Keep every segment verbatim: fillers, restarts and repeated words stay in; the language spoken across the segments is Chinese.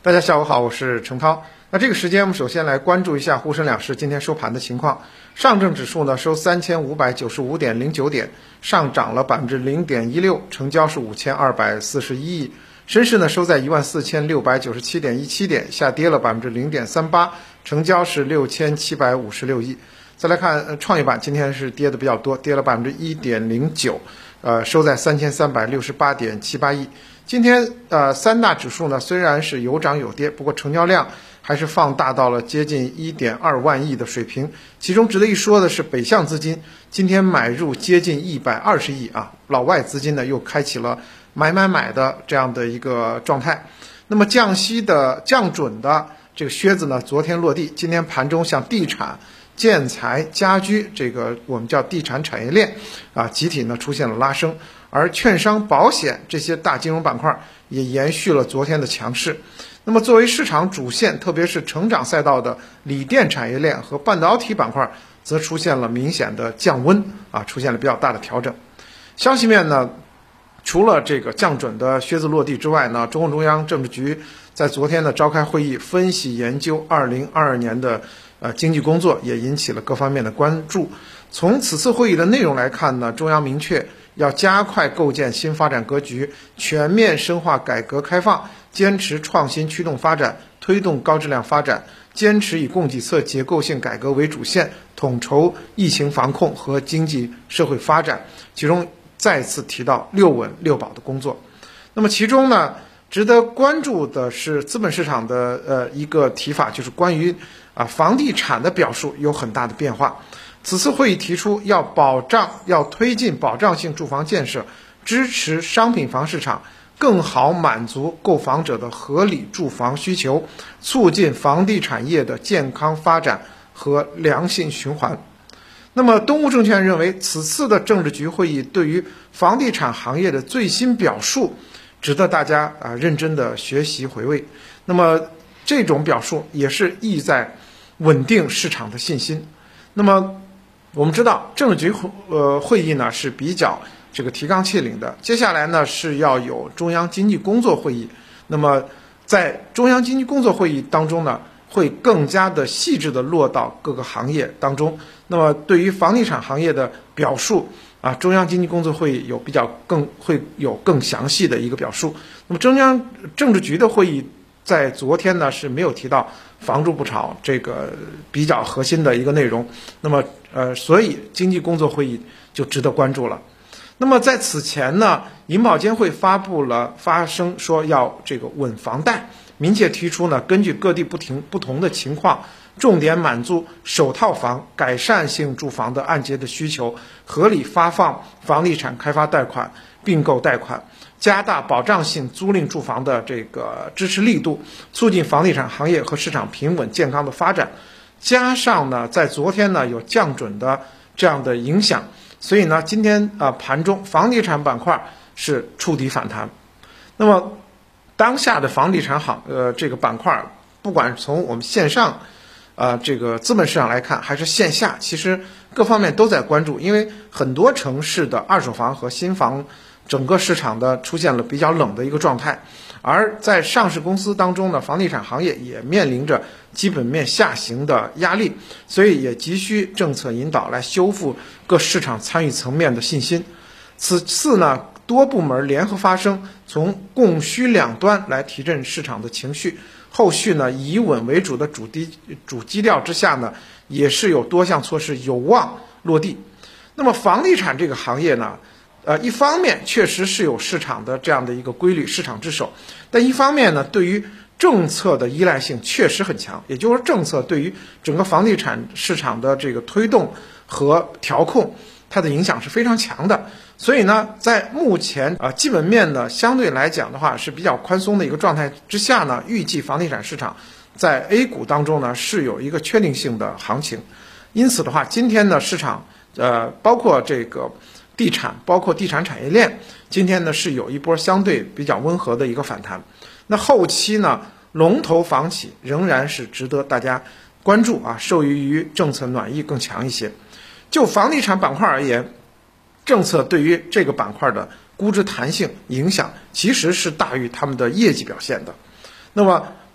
大家下午好，我是程涛。那这个时间我们首先来关注一下沪深两市今天收盘的情况。上证指数呢收三千五百九十五点零九点，上涨了百分之零点一六，成交是五千二百四十一亿。深市呢收在一万四千六百九十七点一七点，下跌了百分之零点三八，成交是六千七百五十六亿。再来看、呃、创业板今天是跌的比较多，跌了百分之一点零九，呃，收在三千三百六十八点七八亿。今天呃三大指数呢虽然是有涨有跌，不过成交量还是放大到了接近 一点二万亿的水平。其中值得一说的是，北向资金今天买入接近一百二十亿啊，老外资金呢又开启了买买买的这样的一个状态。那么降息的降准的这个靴子呢昨天落地，今天盘中像地产、建材、家居，这个我们叫地产产业链啊，集体呢出现了拉升，而券商、保险这些大金融板块也延续了昨天的强势。那么作为市场主线，特别是成长赛道的锂电产业链和半导体板块则出现了明显的降温啊，出现了比较大的调整。消息面呢，除了这个降准的靴子落地之外呢，中共中央政治局在昨天呢召开会议，分析研究二零二二年的呃经济工作，也引起了各方面的关注。从此次会议的内容来看呢，中央明确要加快构建新发展格局，全面深化改革开放，坚持创新驱动发展，推动高质量发展，坚持以供给侧结构性改革为主线，统筹疫情防控和经济社会发展。其中再次提到六稳六保的工作。那么其中呢，值得关注的是资本市场的呃一个提法，就是关于啊房地产的表述有很大的变化。此次会议提出要保障要推进保障性住房建设，支持商品房市场更好满足购房者的合理住房需求，促进房地产业的健康发展和良性循环。那么东吴证券认为，此次的政治局会议对于房地产行业的最新表述值得大家啊认真的学习回味。那么这种表述也是意在稳定市场的信心。那么我们知道政治局呃会议呢是比较这个提纲挈领的，接下来呢是要有中央经济工作会议。那么在中央经济工作会议当中呢，会更加的细致的落到各个行业当中。那么对于房地产行业的表述啊，中央经济工作会议有比较更会有更详细的一个表述。那么中央政治局的会议在昨天呢是没有提到房住不炒这个比较核心的一个内容。那么呃，所以经济工作会议就值得关注了。那么在此前呢，银保监会发布了发声说要这个稳房贷，明确提出呢，根据各地不停不同的情况，重点满足首套房、改善性住房的按揭的需求，合理发放房地产开发贷款、并购贷款，加大保障性租赁住房的这个支持力度，促进房地产行业和市场平稳健康的发展。加上呢，在昨天呢有降准的这样的影响，所以呢今天啊、呃、盘中房地产板块是触底反弹。那么当下的房地产行呃这个板块，不管从我们线上啊、呃、这个资本市场来看，还是线下，其实各方面都在关注，因为很多城市的二手房和新房整个市场的出现了比较冷的一个状态。而在上市公司当中呢，房地产行业也面临着基本面下行的压力，所以也急需政策引导来修复各市场参与层面的信心。此次呢，多部门联合发声，从供需两端来提振市场的情绪。后续呢，以稳为主的主基主基调之下呢，也是有多项措施有望落地。那么房地产这个行业呢，呃，一方面确实是有市场的这样的一个规律，市场之手，但一方面呢，对于政策的依赖性确实很强，也就是说政策对于整个房地产市场的这个推动和调控，它的影响是非常强的。所以呢，在目前啊、呃、基本面呢相对来讲的话是比较宽松的一个状态之下呢，预计房地产市场在 A 股当中呢是有一个确定性的行情。因此的话，今天呢市场呃包括这个地产，包括地产产业链，今天呢是有一波相对比较温和的一个反弹。那后期呢，龙头房企仍然是值得大家关注啊，受益于政策暖意更强一些。就房地产板块而言，政策对于这个板块的估值弹性影响其实是大于他们的业绩表现的。那么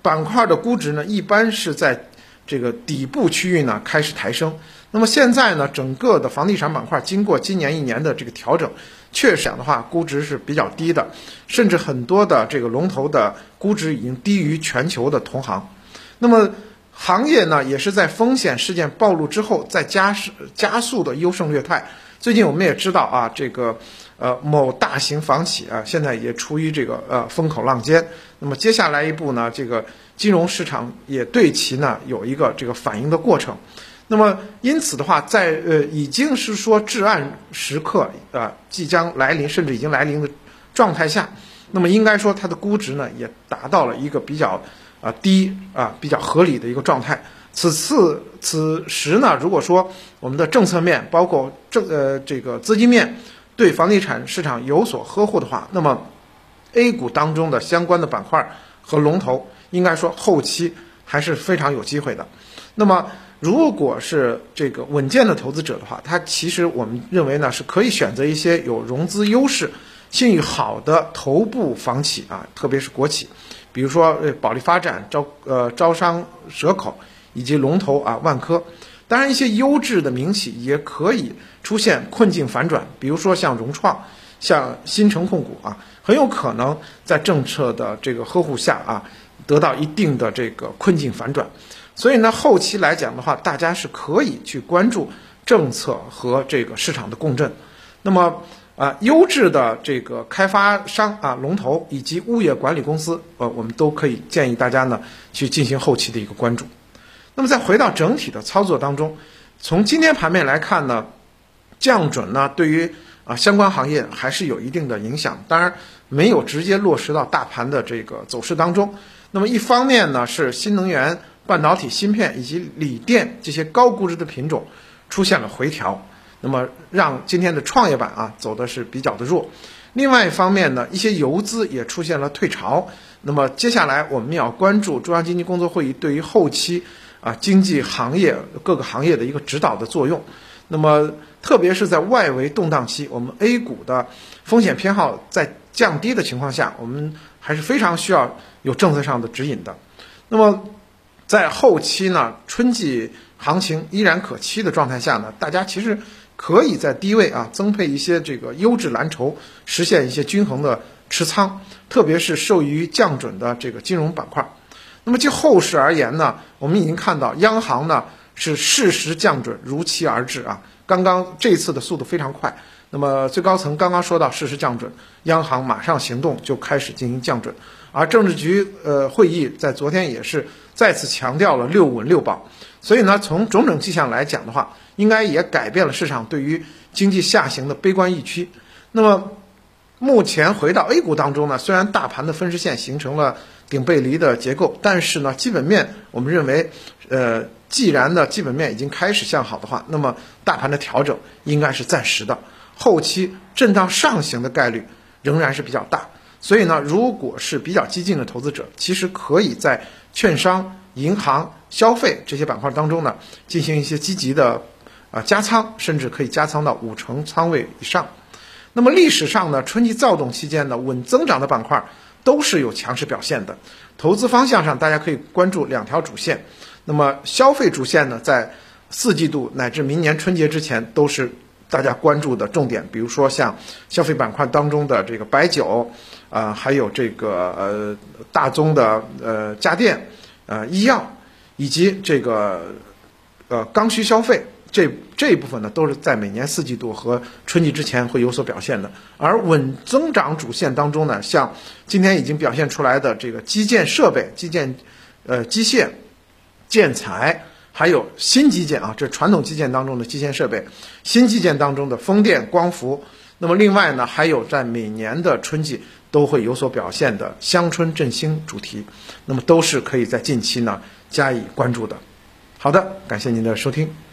板块的估值呢，一般是在这个底部区域呢开始抬升。那么现在呢，整个的房地产板块经过今年一年的这个调整，确实讲的话，估值是比较低的，甚至很多的这个龙头的估值已经低于全球的同行。那么行业呢，也是在风险事件暴露之后，再加加速的优胜劣汰。最近我们也知道啊，这个呃某大型房企啊，现在也处于这个呃风口浪尖。那么接下来一步呢，这个金融市场也对其呢有一个这个反应的过程。那么因此的话，在呃已经是说至暗时刻啊、呃、即将来临，甚至已经来临的状态下，那么应该说它的估值呢也达到了一个比较啊、呃、低啊、呃、比较合理的一个状态。此次此时呢，如果说我们的政策面包括政呃这个资金面对房地产市场有所呵护的话，那么 A 股当中的相关的板块和龙头，应该说后期还是非常有机会的。那么如果是这个稳健的投资者的话，他其实我们认为呢是可以选择一些有融资优势、信誉好的头部房企啊，特别是国企，比如说呃保利发展、招呃招商蛇口以及龙头啊万科。当然，一些优质的民企也可以出现困境反转，比如说像融创、像新城控股啊，很有可能在政策的这个呵护下啊，得到一定的这个困境反转。所以呢，后期来讲的话，大家是可以去关注政策和这个市场的共振。那么啊，优质的这个开发商啊、龙头以及物业管理公司，呃，我们都可以建议大家呢去进行后期的一个关注。那么再回到整体的操作当中，从今天盘面来看呢，降准呢对于啊相关行业还是有一定的影响，当然没有直接落实到大盘的这个走势当中。那么一方面呢是新能源、半导体芯片以及锂电这些高估值的品种出现了回调，那么让今天的创业板啊走的是比较的弱。另外一方面呢，一些游资也出现了退潮。那么接下来我们要关注中央经济工作会议对于后期啊经济行业各个行业的一个指导的作用。那么特别是在外围动荡期，我们 A 股的风险偏好在降低的情况下，我们还是非常需要有政策上的指引的。那么在后期呢，春季行情依然可期的状态下呢，大家其实可以在低位啊增配一些这个优质蓝筹，实现一些均衡的持仓，特别是受益于降准的这个金融板块。那么就后市而言呢，我们已经看到央行呢是适时降准，如期而至啊。刚刚这次的速度非常快，那么最高层刚刚说到适时降准，央行马上行动就开始进行降准。而政治局呃会议在昨天也是再次强调了六稳六保，所以呢，从种种迹象来讲的话，应该也改变了市场对于经济下行的悲观预期。那么目前回到 A 股当中呢，虽然大盘的分时线形成了顶背离的结构，但是呢，基本面我们认为，呃，既然呢基本面已经开始向好的话，那么大盘的调整应该是暂时的，后期震荡上行的概率仍然是比较大。所以呢，如果是比较激进的投资者，其实可以在券商、银行、消费这些板块当中呢，进行一些积极的啊、呃、加仓，甚至可以加仓到五成仓位以上。那么历史上呢，春季躁动期间呢，稳增长的板块都是有强势表现的。投资方向上，大家可以关注两条主线。那么消费主线呢，在四季度乃至明年春节之前都是大家关注的重点，比如说像消费板块当中的这个白酒，啊、呃，还有这个呃大宗的呃家电、呃医药，以及这个呃刚需消费。这这一部分呢，都是在每年四季度和春季之前会有所表现的。而稳增长主线当中呢，像今天已经表现出来的这个基建设备、基建呃机械、建材，还有新基建啊，这传统基建当中的基建设备，新基建当中的风电、光伏。那么另外呢，还有在每年的春季都会有所表现的乡村振兴主题，那么都是可以在近期呢加以关注的。好的，感谢您的收听。